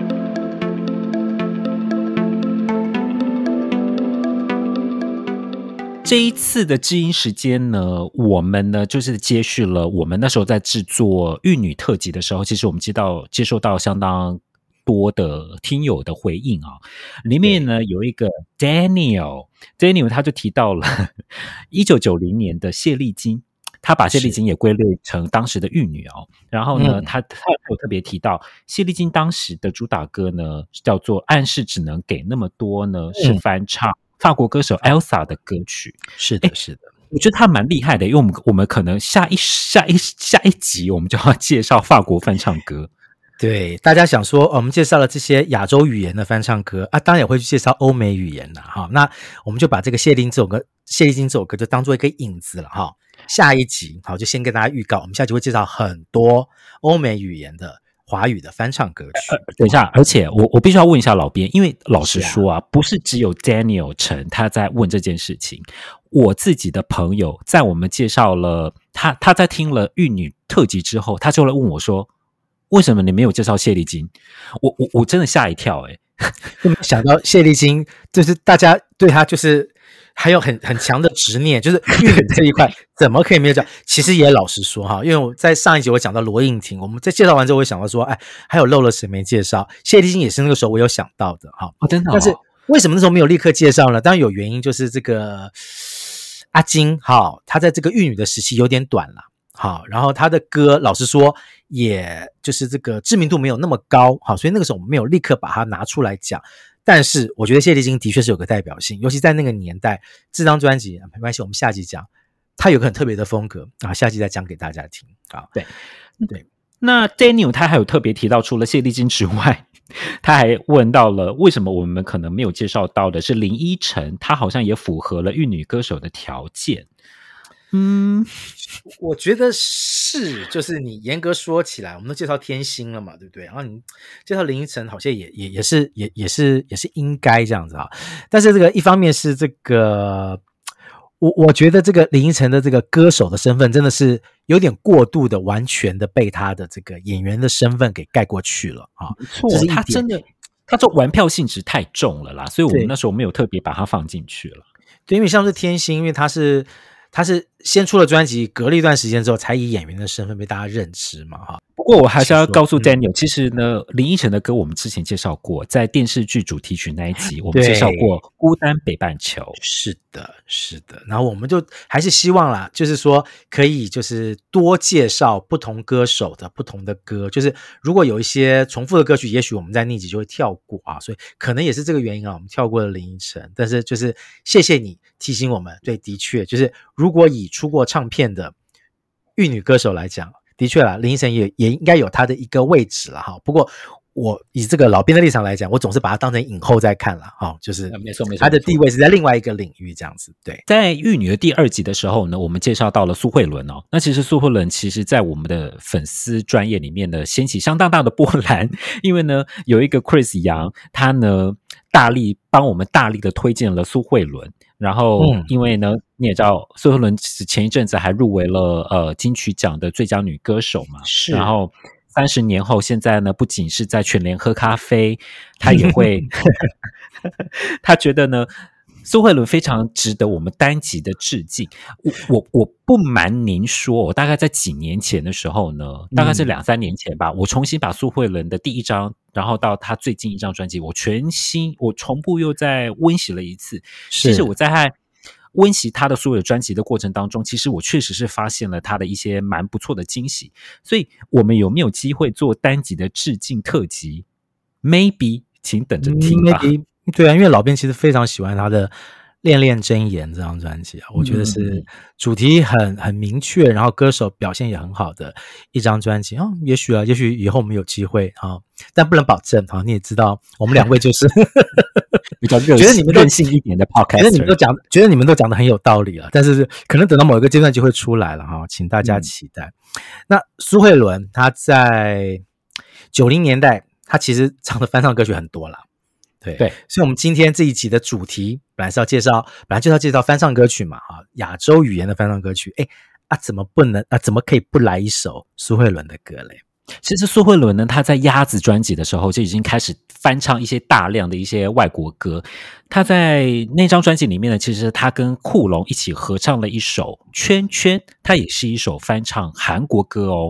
这一次的知音时间呢，我们呢就是接续了我们那时候在制作玉女特辑的时候，其实我们接到接受到相当多的听友的回应啊。里面呢有一个 Daniel Daniel 他就提到了一九九零年的谢丽金，他把谢丽金也归类成当时的玉女哦。然后呢，嗯、他他有特别提到谢丽金当时的主打歌呢叫做《暗示只能给那么多》呢，是翻唱。嗯法国歌手 Elsa 的歌曲。 是的，是的， 我觉得他蛮厉害的，因为我们我们可能下一下一下一集我们就要介绍法国翻唱歌。 对，大家想说、哦、我们介绍了这些亚洲语言的翻唱歌啊，当然也会去介绍欧美语言的哈。那我们就把这个谢丽金这首歌，谢丽金这首歌就当做一个引子了哈。下一集好，就先跟大家预告，我们下集会介绍很多欧美语言的。华语的翻唱歌曲、 呃、等一下，而且我我必须要问一下老编，因为老实说啊，不是只有 Daniel 陈他在问这件事情，我自己的朋友在我们介绍了他他在听了玉女特辑之后，他就来问我说，为什么你没有介绍谢丽金？我我我真的吓一跳诶、欸、 就没想到谢丽金就是大家对他就是还有很很强的执念，就是玉女这一块怎么可以没有讲？其实也老实说哈，因为我在上一集我讲到罗应婷，我们在介绍完之后，我想到说，哎，还有漏了谁没介绍？谢丽金也是那个时候我有想到的哈。 哦，真的、哦。 但是为什么那时候没有立刻介绍呢？当然有原因，就是这个阿金哈，他在这个玉女的时期有点短了，好，然后他的歌老实说，也就是这个知名度没有那么高，好，所以那个时候我们没有立刻把它拿出来讲。但是我觉得谢丽金的确是有个代表性，尤其在那个年代，这张专辑没关系，我们下集讲，它有个很特别的风格啊，下集再讲给大家听啊。 对对，那 Daniel 他还有特别提到，除了谢丽金之外， 他还问到了为什么我们可能没有介绍到的是林依晨，他好像也符合了玉女歌手的条件。嗯， 我觉得是，就是你严格说起来，我们都介绍天心了嘛，对不对？然后你介绍林依晨，好像也也也是也也是也是应该这样子啊。但是这个一方面是这个，我我觉得这个林依晨的这个歌手的身份真的是有点过度的，完全的被他的这个演员的身份给盖过去了啊。 错，他真的他这玩票性质太重了啦，所以我们那时候没有特别把它放进去了。 对，因为像是天心，因为他是。他是先出了专辑，隔了一段时间之后，才以演员的身份被大家认知嘛，哈。 不过我还是要告诉 Daniel，、嗯、其实呢，林依晨的歌我们之前介绍过，在电视剧主题曲那一集，我们介绍过《孤单北半球》。 是的，是的。然后我们就还是希望啦，就是说可以就是多介绍不同歌手的不同的歌，就是如果有一些重复的歌曲，也许我们在那集就会跳过啊，所以可能也是这个原因啊，我们跳过了林依晨。但是就是谢谢你提醒我们，对，的确就是如果以出过唱片的玉女歌手来讲，的确啦，林依晨也也应该有她的一个位置了哈。不过我以这个老编的立场来讲，我总是把它当成影后在看啦，哈，就是没错没错， 她的地位是在另外一个领域这样子。对， 在玉女的第二集的时候呢，我们介绍到了苏慧伦哦。那其实苏慧伦其实在我们的粉丝专页里面呢，掀起相当大的波澜，因为呢有一个 Chris 杨，他呢大力帮我们大力的推荐了苏慧伦。然后因为呢、嗯、你也知道苏慧伦前一阵子还入围了呃金曲奖的最佳女歌手嘛， 是。 然后三十年后现在呢不仅是在全联喝咖啡，他也会他觉得呢苏慧伦非常值得我们单集的致敬。我我我不瞒您说，我大概在几年前的时候呢，大概是两三年前吧，嗯、我重新把苏慧伦的第一张，然后到他最近一张专辑，我全新我重复又再温习了一次。其实我在温习他的所有专辑的过程当中，其实我确实是发现了他的一些蛮不错的惊喜。所以我们有没有机会做单集的致敬特辑 ？Maybe， 请等着听吧。 Maybe。对啊，因为老编其实非常喜欢他的《恋恋真言》这张专辑啊，我觉得是主题很很明确，然后歌手表现也很好的一张专辑啊、哦。也许啊，也许以后我们有机会啊，但不能保证啊。你也知道，我们两位就是比较热，觉得你们任性一点的 podcast， 觉得你们都讲，觉得你们都讲得很有道理了，但是可能等到某一个阶段就会出来了哈，请大家期待。嗯、那苏慧伦她在九零年代，她其实唱的翻唱歌曲很多啦。对, 对，所以我们今天这一集的主题本来是要介绍，本来就要介绍翻唱歌曲嘛，啊，亚洲语言的翻唱歌曲，哎啊，怎么不能啊？怎么可以不来一首苏慧伦的歌嘞？ 其实苏慧伦呢，她在鸭子专辑的时候就已经开始翻唱一些大量的一些外国歌。她在那张专辑里面呢，其实她跟库龙一起合唱了一首《圈圈》，它也是一首翻唱韩国歌哦。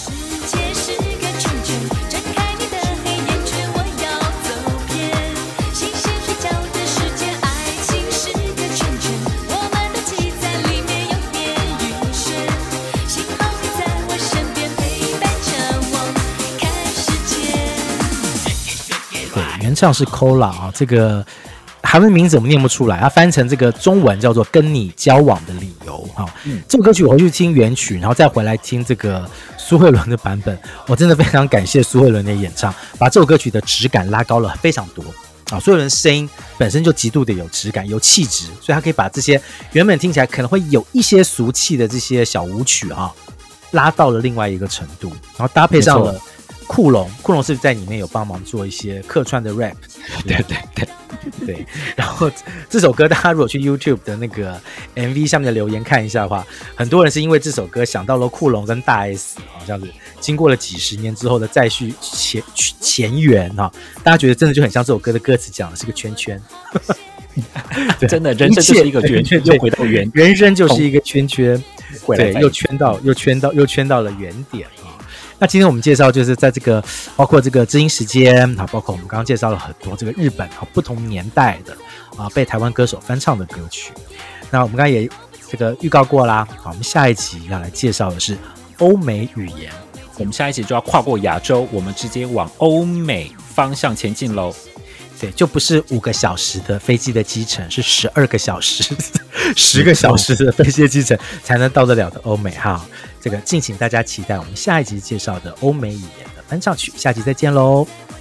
原唱是 Cola 啊，这个韩文名字我们念不出来，它翻成这个中文叫做跟你交往的理由啊。嗯、这首歌曲我回去听原曲，然后再回来听这个苏慧伦的版本，我真的非常感谢苏慧伦的演唱，把这首歌曲的质感拉高了非常多啊。苏慧伦声音本身就极度的有质感、有气质，所以他可以把这些原本听起来可能会有一些俗气的这些小舞曲啊，拉到了另外一个程度，然后搭配上了。库龙，库龙是在里面有帮忙做一些客串的 rap， 对对对对。然后这首歌大家如果去 YouTube 的那个 M V 下面的留言看一下的话，很多人是因为这首歌想到了库龙跟大 S， 好像是经过了几十年之后的再续前前缘哈，大家觉得真的就很像这首歌的歌词讲的是个圈圈， 真的人生就是一个圈圈，就回到原点， 人生就是一个圈圈，对，又圈到又圈到又圈到了原点。那今天我们介绍就是在这个包括这个知音时间啊，包括我们刚刚介绍了很多这个日本啊不同年代的啊被台湾歌手翻唱的歌曲。那我们刚才也这个预告过啦，好，我们下一集要来介绍的是欧美语言。 我们下一集就要跨过亚洲，我们直接往欧美方向前进喽。 对，就不是五个小时的飞机的机程，是十二个小时、十个小时的飞机的机程才能到得了的欧美哈。这个敬请大家期待我们下一集介绍的欧美语言的翻唱曲，下集再见喽。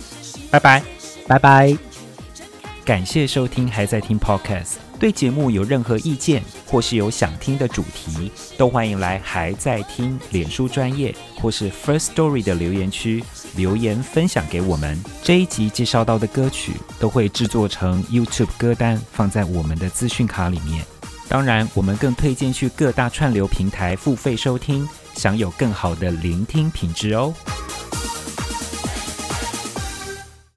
拜拜。 拜拜。 感谢收听还在听 Podcast， 对节目有任何意见或是有想听的主题，都欢迎来还在听脸书专页或是 First Story 的留言区留言分享给我们。这一集介绍到的歌曲都会制作成 YouTube 歌单，放在我们的资讯卡里面。当然，我们更推荐去各大串流平台付费收听，享有更好的聆听品质哦。